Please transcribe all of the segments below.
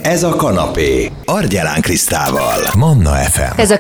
Ez a kanapé. Argyelán Krisztával. Manna FM. Ez a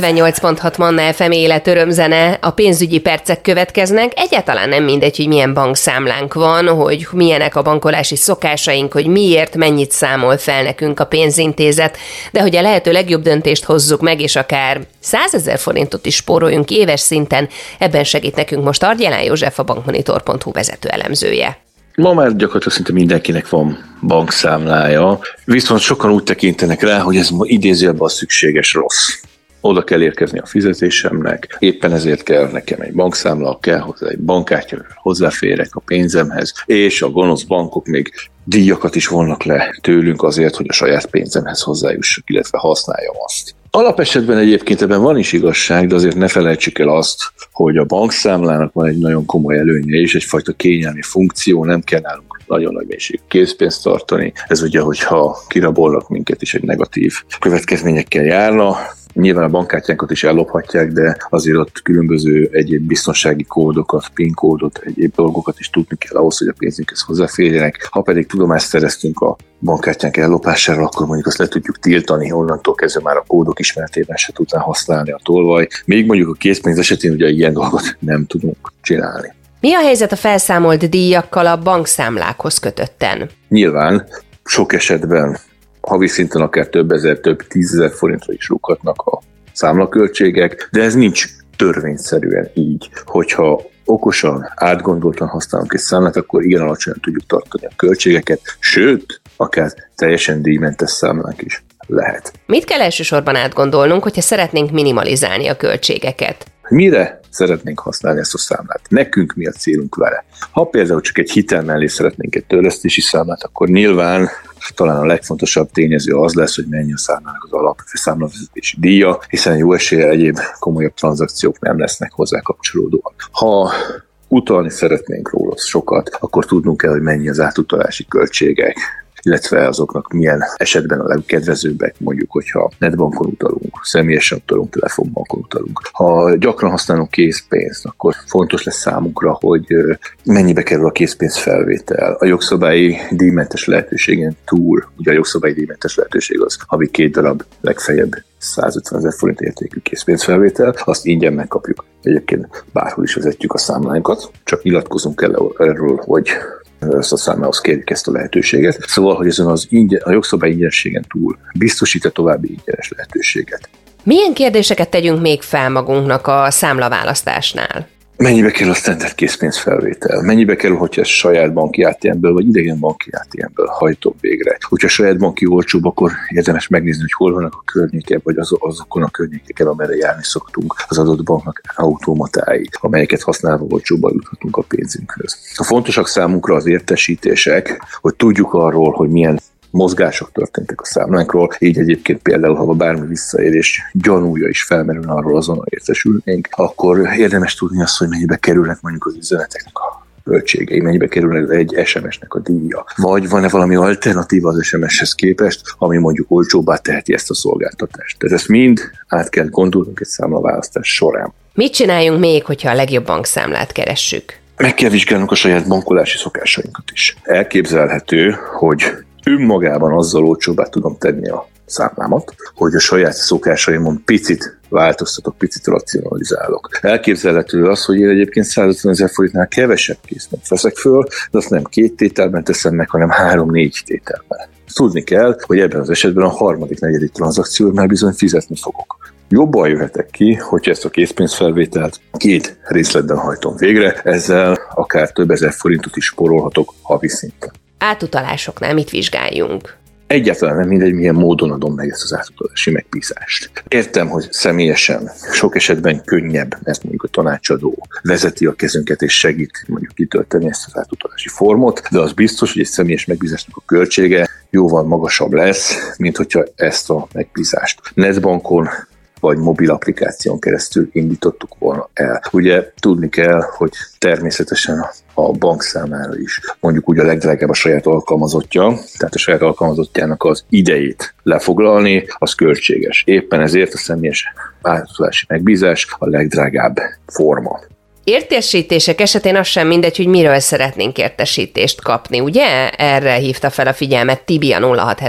98.6 Manna FM életörömzene. A pénzügyi percek következnek. Egyáltalán nem mindegy, hogy milyen bankszámlánk van, hogy milyenek a bankolási szokásaink, hogy miért, mennyit számol fel nekünk a pénzintézet, de hogy a lehető legjobb döntést hozzuk meg, és akár 100 000 forintot is spóroljunk éves szinten, ebben segít nekünk most Argyelán József, a bankmonitor.hu vezető elemzője. Ma már gyakorlatilag szinte mindenkinek van bankszámlája, viszont sokan úgy tekintenek rá, hogy ez idézőjelben a szükséges rossz. Oda kell érkezni a fizetésemnek, éppen ezért kell nekem egy bankszámla, kell hozzá egy bankkártya, hozzáférek a pénzemhez, és a gonosz bankok még díjakat is vonnak le tőlünk azért, hogy a saját pénzemhez hozzájussak, illetve használjam azt. Alapesetben egyébként ebben van is igazság, de azért ne felejtsük el azt, hogy a bankszámlának van egy nagyon komoly előnye és egyfajta kényelmi funkció, nem kell nálunk nagyon nagy mennyiségű készpénzt tartani. Ez ugye, hogyha kirabolnak minket is, egy negatív következményekkel járna. Nyilván a bankkártyánkat is ellophatják, de azért ott különböző egyéb biztonsági kódokat, PIN kódot, egyéb dolgokat is tudni kell ahhoz, hogy a pénzünkhez hozzáférjenek. Ha pedig tudomást szereztünk a bankkártyánk ellopására, akkor mondjuk azt le tudjuk tiltani, onnantól kezdve már a kódok ismeretében se tudná használni a tolvaj. Még mondjuk a készpénz esetén ugye ilyen dolgot nem tudunk csinálni. Mi a helyzet a felszámolt díjakkal a bankszámlákhoz kötötten? Nyilván sok esetben havi szinten akár több ezer, több 10 000 forintra is rúghatnak a számlaköltségek, de ez nincs törvényszerűen így. Hogyha okosan, átgondoltan használunk egy számlát, akkor igen alacsonyan tudjuk tartani a költségeket, sőt, akár teljesen díjmentes számlánk is lehet. Mit kell elsősorban átgondolnunk, hogyha szeretnénk minimalizálni a költségeket? Mire szeretnénk használni ezt a számlát? Nekünk mi a célunk vele? Ha például csak egy hitel mellé szeretnénk egy törlesztési számlát, akkor nyilván talán a legfontosabb tényező az lesz, hogy mennyi a számlának az számlavezetési díja, hiszen jó eséllyel egyéb komolyabb tranzakciók nem lesznek hozzá kapcsolódóan. Ha utalni szeretnénk róla sokat, akkor tudnunk kell, hogy mennyi az átutalási költségek, illetve azoknak milyen esetben a legkedvezőbbek, mondjuk, hogyha netbankon utalunk, személyesen utalunk, telefonbankon utalunk. Ha gyakran használunk készpénzt, akkor fontos lesz számunkra, hogy mennyibe kerül a készpénzfelvétel. A jogszabályi díjmentes lehetőségen túl, ugye a jogszabályi díjmentes lehetőség az havi 2 darab, legfeljebb 150 000 forint értékű készpénzfelvétel, azt ingyen megkapjuk. Egyébként bárhol is vezetjük a számlánkat, csak nyilatkozunk el erről, hogy ezt a számlához kérjük ezt a lehetőséget. Szóval, hogy ezen a jogszabály ingyenességen túl biztosít-e további ingyenes lehetőséget. Milyen kérdéseket tegyünk még fel magunknak a számlaválasztásnál? Mennyibe kerül a standard készpénzfelvétel? Mennyibe kerül, hogyha ezt saját banki ATM-ből vagy idegen banki ATM-ből hajtom végre? Hogyha saját banki olcsóbb, akkor érdemes megnézni, hogy hol vannak a környéken, vagy azokon a környékeken, amerre járni szoktunk az adott banknak automatái, amelyeket használva olcsóbban juthatunk a pénzünkhöz. A fontosak számunkra az értesítések, hogy tudjuk arról, hogy milyen mozgások történtek a számlánkról, így egyébként például, ha bármi visszaérés gyanúja is felmerül, arról azonnal értesülnénk, akkor érdemes tudni azt, hogy mennyibe kerülnek mondjuk az üzeneteknek a költségei, mennyibe kerülnek egy SMS-nek a díja. Vagy van-e valami alternatíva az SMS-hez képest, ami mondjuk olcsóbbá teheti ezt a szolgáltatást. Tehát ezt mind át kell gondolnunk egy számlaválasztás során. Mit csináljunk még, hogyha a legjobb bankszámlát keressük? Meg kell vizsgálnunk a saját bankolási szokásainkat is. Elképzelhető, hogy önmagában azzal olcsóbbá tudom tenni a számlámat, hogy a saját szokásaimon picit változtatok, picit racionalizálok. Elképzelhető az, hogy én egyébként 150 000 forintnál kevesebb készpénzt veszek föl, de azt nem 2 tételben teszem meg, hanem 3-4 tételben. Tudni kell, hogy ebben az esetben a harmadik, negyedik tranzakciónál bizony fizetni fogok. Jobban jöhetek ki, hogyha ezt a készpénzfelvételt 2 részletben hajtom végre, ezzel akár több ezer forintot is spórolhatok havi szinten. Átutalásoknál mit vizsgáljunk? Egyáltalán nem mindegy, milyen módon adom meg ezt az átutalási megbízást. Értem, hogy személyesen sok esetben könnyebb, mert mondjuk a tanácsadó vezeti a kezünket és segít mondjuk kitölteni ezt az átutalási formot, de az biztos, hogy egy személyes megbízásnak a költsége jóval magasabb lesz, mint hogyha ezt a megbízást netbankon vagy mobil applikáción keresztül indítottuk volna el. Ugye tudni kell, hogy természetesen a bank számára is mondjuk úgy a legdrágább a saját alkalmazottja, tehát a saját alkalmazottjának az idejét lefoglalni, az költséges. Éppen ezért a személyes átutalási megbízás a legdrágább forma. Értesítések esetén az sem mindegy, hogy miről szeretnénk értesítést kapni, ugye? Erre hívta fel a figyelmet Tibi a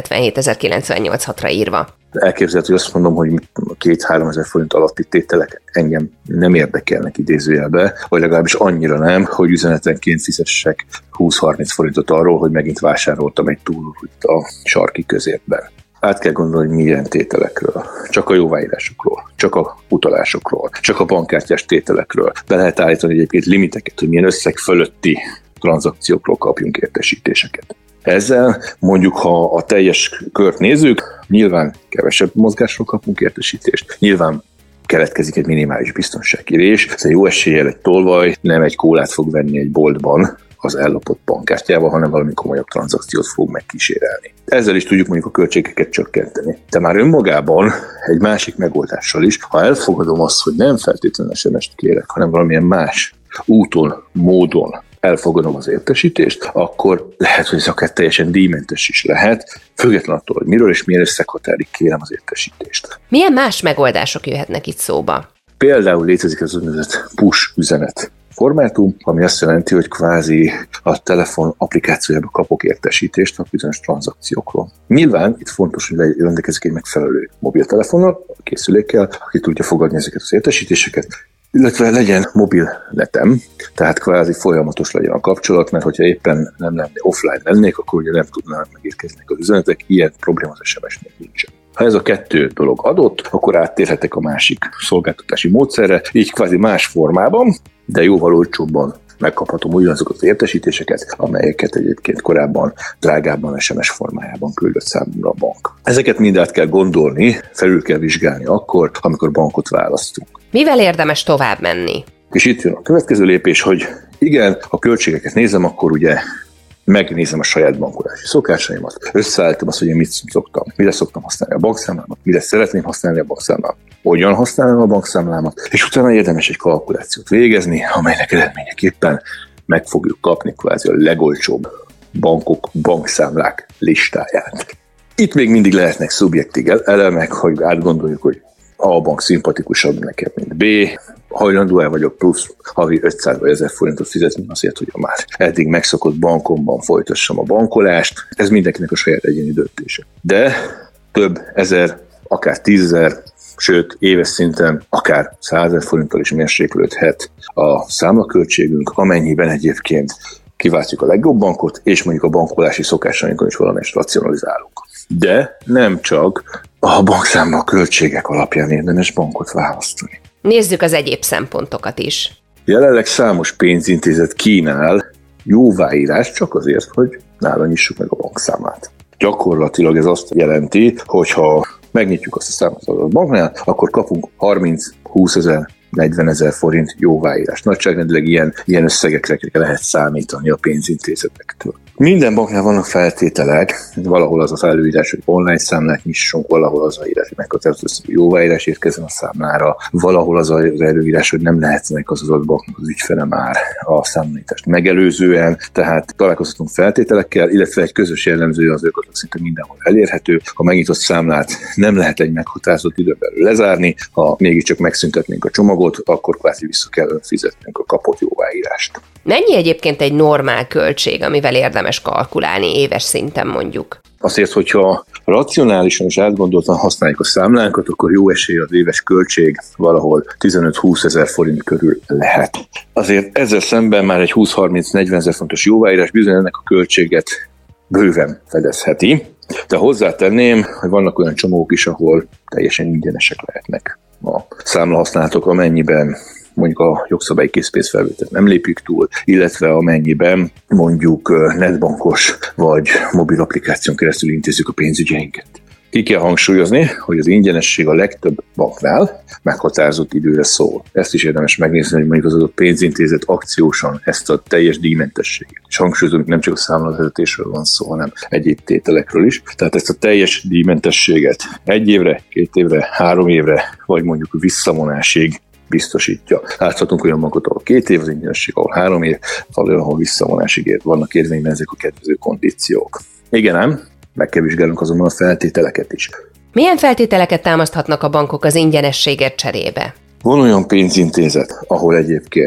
0677 írva. Elképzelhető, hogy azt mondom, hogy 2-3 ezer forint alatti tételek engem nem érdekelnek idézőjelbe, vagy legalábbis annyira nem, hogy üzenetenként fizessek 20-30 forintot arról, hogy megint vásároltam egy túlút a sarki közértben. Át kell gondolni, hogy milyen tételekről. Csak a jóváírásokról, csak a utalásokról, csak a bankkártyás tételekről. Be lehet állítani egyébként limiteket, hogy milyen összeg fölötti tranzakciókról kapjunk értesítéseket. Ezzel mondjuk, ha a teljes kört nézzük, nyilván kevesebb mozgásról kapunk értesítést, nyilván keletkezik egy minimális biztonságkérés, ez jó eséllyel egy tolvaj nem egy kólát fog venni egy boltban az ellopott bankkártyával, hanem valami komolyabb tranzakciót fog megkísérelni. Ezzel is tudjuk mondjuk a költségeket csökkenteni. De már önmagában egy másik megoldással is, ha elfogadom azt, hogy nem feltétlenül SMS-t kérek, hanem valamilyen más úton, módon elfogadom az értesítést, akkor lehet, hogy ez akár teljesen díjmentes is lehet, függetlenül attól, hogy miről és milyen összeghatárig kérem az értesítést. Milyen más megoldások jöhetnek itt szóba? Például létezik az úgynevezett push üzenet formátum, ami azt jelenti, hogy kvázi a telefon applikációjába kapok értesítést a bizonyos tranzakciókról. Nyilván itt fontos, hogy rendelkezik egy megfelelő mobiltelefonnal, készülékkel, aki tudja fogadni ezeket az értesítéseket, illetve legyen mobilnetem, tehát kvázi folyamatos legyen a kapcsolat, mert hogyha éppen nem lenné offline lennék, akkor ugye nem tudnának megérkezni az üzenetek, ilyen probléma az SMS-nél nincsen. Ha ez a kettő dolog adott, akkor áttérhetek a másik szolgáltatási módszerre, így kvázi más formában, de jóval olcsóbban megkaphatom ugyanazokat az értesítéseket, amelyeket egyébként korábban drágábban SMS formájában küldött számomra a bank. Ezeket mind át kell gondolni, felül kell vizsgálni akkor, amikor bankot választunk. Mivel érdemes tovább menni? És itt jön a következő lépés, hogy igen, ha költségeket nézem, akkor ugye megnézem a saját bankolási szokásaimat, összeállítom azt, hogy én mit szoktam, mire szoktam használni a bankszámlámat, mire szeretném használni a bankszámlámat, hogyan használom a bankszámlámat, és utána érdemes egy kalkulációt végezni, amelynek eredményeképpen meg fogjuk kapni kvázi a legolcsóbb bankok, bankszámlák listáját. Itt még mindig lehetnek szubjektív elemek, hogy átgondoljuk, hogy A bank szimpatikusabb nekem, mint B, hajlandó-e vagyok plusz havi 500 vagy 1000 forintot fizetni azért, hogy a már eddig megszokott bankomban folytassam a bankolást. Ez mindenkinek a saját egyéni döntése. De több ezer, akár 10 000, sőt éves szinten akár 100 000 forinttal is mérséklődhet a számlaköltségünk, amennyiben egyébként kiváltjuk a legjobb bankot, és mondjuk a bankolási szokásainkon is valamelyest racionalizálunk. De nem csak a bankszámla költségek alapján érdemes bankot választani. Nézzük az egyéb szempontokat is. Jelenleg számos pénzintézet kínál jóváírást csak azért, hogy nála nyissuk meg a bankszámlát. Gyakorlatilag ez azt jelenti, hogy ha megnyitjuk azt a számot a banknál, akkor kapunk 30-20 ezer, 40 000 forint jóváírás. Nagyságrendileg ilyen összegekre lehet számítani a pénzintézetektől. Minden banknál vannak feltételek, valahol az a előírás, hogy online számlát nyissunk, valahol az a írás, hogy meghatározott jóváírás érkezzen a számlára, valahol az előírás, hogy nem lehetnek az adott banknak az ügyfele már a számlanyítást megelőzően, tehát találkozhatunk feltételekkel, illetve egy közös jellemző az gyakorlatilag szinte mindenhol elérhető. Ha megnyitott számlát nem lehet egy meghatározott időn belül lezárni, ha mégiscsak megszüntetnénk a csomagot, akkor kvázi vissza kell fizetnünk a kapott jóváírást. Mennyi egyébként egy normál költség, amivel érdemes kalkulálni éves szinten mondjuk? Azért, hogyha racionálisan és átgondoltan használjuk a számlánkat, akkor jó esély az éves költség valahol 15-20 ezer forint körül lehet. Azért ezzel szemben már egy 20-30-40 ezer fontos jóváírás bizony ennek a költséget bőven fedezheti. De hozzátenném, hogy vannak olyan csomagok is, ahol teljesen ingyenesek lehetnek a számlahasználatok, amennyiben mondjuk a jogszabályi készpénzfelvételt nem lépjük túl, illetve amennyiben mondjuk netbankos vagy mobil applikáción keresztül intézzük a pénzügyeinket. Ki kell hangsúlyozni, hogy az ingyenesség a legtöbb banknál meghatározott időre szól. Ezt is érdemes megnézni, hogy mondjuk az adott pénzintézet akciósan ezt a teljes díjmentességet. És hangsúlyozom, hogy nem csak a számlavezetésről van szó, hanem egyéb tételekről is. Tehát ezt a teljes díjmentességet 1 évre, 2 évre, 3 évre, vagy mondjuk visszavonásig biztosítja. Láthatunk olyan bankot, ahol 2 év az ingyenesség, ahol 3 év, ahol visszavonásig vannak érvényben ezek a kedvező kondíciók. Igen ám, meg kell vizsgálnunk azonban a feltételeket is. Milyen feltételeket támaszthatnak a bankok az ingyenességért cserébe? Van olyan pénzintézet, ahol egyébként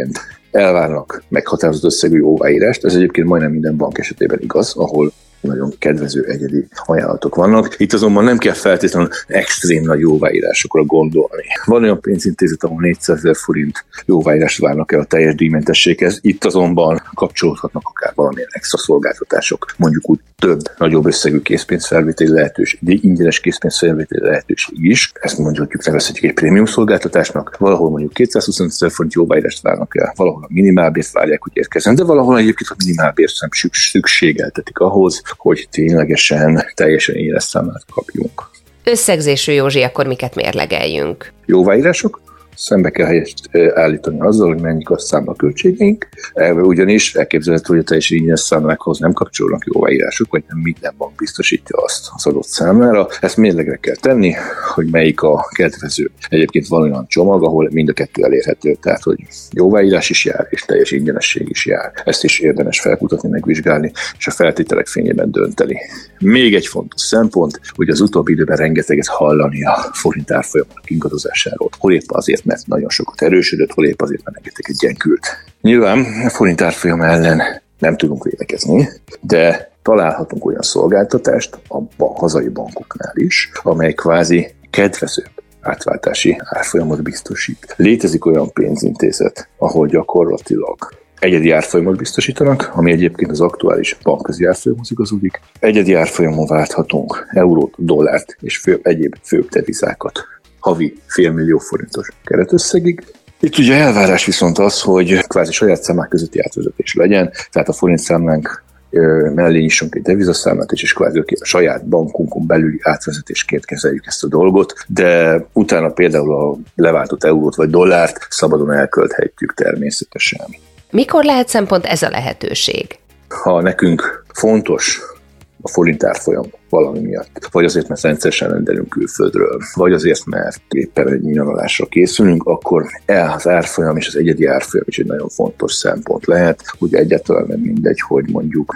elvárnak meghatározott összegű jóváírást. Ez egyébként majdnem minden bank esetében igaz, ahol nagyon kedvező egyedi ajánlatok vannak. Itt azonban nem kell feltétlenül extrém nagy jóváírásokra gondolni. Van olyan pénzintézet, ahol 400 000 forint jóváírást várnak el a teljes díjmentességhez. Itt azonban kapcsolódhatnak akár valamilyen extra szolgáltatások, mondjuk úgy több nagyobb összegű készpénzfelvételi lehetőség, ingyenes készpénzfelvételi lehetőség is. Ezt mondjuk nevezhetjük egy prémium szolgáltatásnak. Valahol mondjuk 225 000 forint jóváírást várnak el, valahol a minimálbért várják, hogy érkezzen, de valahol egyébként a minimálbért sem szükségeltetik ahhoz, hogy ténylegesen teljesen éles számlát kapjunk. Összegzésű Józsi, akkor miket mérlegeljünk? Jóváírások? Szembe kell állítani azzal, hogy mennyik a számlaköltségeink. Ugyanis elképzelhető, hogy a teljesen ingyenes számlákhoz nem kapcsolnak jóváírások, vagy nem minden bank biztosítja azt az adott számlára. Ezt mérlegre kell tenni, hogy melyik a kedvező. Egyébként van olyan csomag, ahol mind a kettő elérhető, tehát hogy jóváírás is jár, és teljes ingyenesség is jár. Ezt is érdemes felkutatni, megvizsgálni, és a feltételek fényében dönteni. Még egy fontos szempont, hogy az utóbbi időben rengeteget hallani a forint árfolyamának ingadozásáról. Hol épp azért, mert nagyon sokat erősödött, hol épp azért, mert rengeteget gyengült. Nyilván a forint árfolyam ellen nem tudunk védekezni, de találhatunk olyan szolgáltatást a hazai bankoknál is, amely kvázi kedvezőbb átváltási árfolyamot biztosít. Létezik olyan pénzintézet, ahol gyakorlatilag egyedi árfolyamot biztosítanak, ami egyébként az aktuális bankközi árfolyamhoz igazodik. Egyedi árfolyamon válthatunk eurót, dollárt és egyéb főbb devizákat havi $500 000 forintos keretösszegig. Itt ugye elvárás viszont az, hogy kvázi saját számlák közötti átvezetés legyen, tehát a forint számlánk mellé nyissunk egy devizaszámlát, és kvázi a saját bankunkon belüli átvezetésként kezeljük ezt a dolgot, de utána például a leváltott eurót vagy dollárt szabadon elkölthetjük természetesen. Mikor lehet szempont ez a lehetőség? Ha nekünk fontos a forint árfolyam valami miatt, vagy azért, mert rendszeresen rendelünk külföldről, vagy azért, mert éppen egy nyaralásra készülünk, akkor az árfolyam és az egyedi árfolyam is egy nagyon fontos szempont lehet. Ugye egyáltalán nem mindegy, hogy mondjuk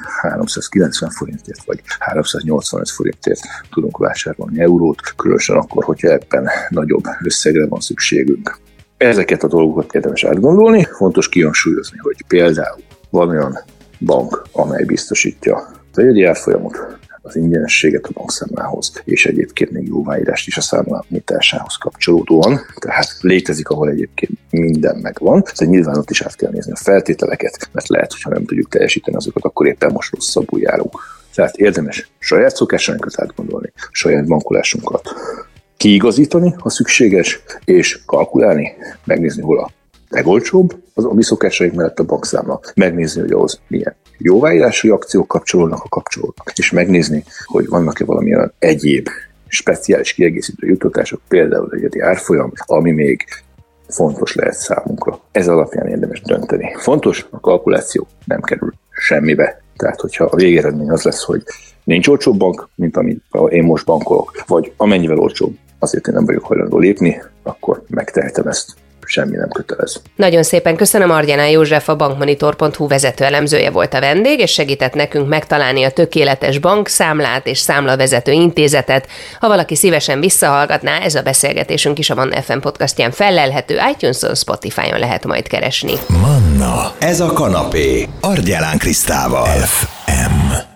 390 forintért vagy 385 forintért tudunk vásárolni eurót, különösen akkor, hogyha ebben nagyobb összegre van szükségünk. Ezeket a dolgokat érdemes átgondolni, fontos kihangsúlyozni, hogy például van olyan bank, amely biztosítja az egyedi árfolyamot, az ingyenességet a bankszámlához, és egyébként még jóváírást is a számla nyitásához kapcsolódóan. Tehát létezik, ahol egyébként minden megvan, de nyilván ott is át kell nézni a feltételeket, mert lehet, hogyha nem tudjuk teljesíteni azokat, akkor éppen most rosszabbul járunk. Tehát érdemes saját szokásainkat átgondolni, saját bankolásunkat kiigazítani, ha szükséges, és kalkulálni, megnézni, hol a legolcsóbb az a mi szokásaink mellett a bankszámla, megnézni, hogy ahhoz milyen jóváírási akciók kapcsolódnak, és megnézni, hogy vannak-e valamilyen egyéb speciális kiegészítő juttatások, például egyedi árfolyam, ami még fontos lehet számunkra. Ez alapján érdemes dönteni. Fontos, a kalkuláció nem kerül semmibe. Tehát, hogyha a végeredmény az lesz, hogy nincs olcsóbb bank, mint amit én most bankolok, vagy amennyivel olcsóbb, azért én nem vagyok hajlandó lépni, akkor megtehetem ezt. Semmi nem kötelez. Nagyon szépen köszönöm, Argyánál József, a bankmonitor.hu vezető elemzője volt a vendég, és segített nekünk megtalálni a tökéletes bankszámlát és számlavezető intézetet. Ha valaki szívesen visszahallgatná, ez a beszélgetésünk is a Manna FM podcastján fellelhető, iTunes-on, Spotify-on lehet majd keresni. Manna, ez a kanapé, Argyánán Krisztával. FM.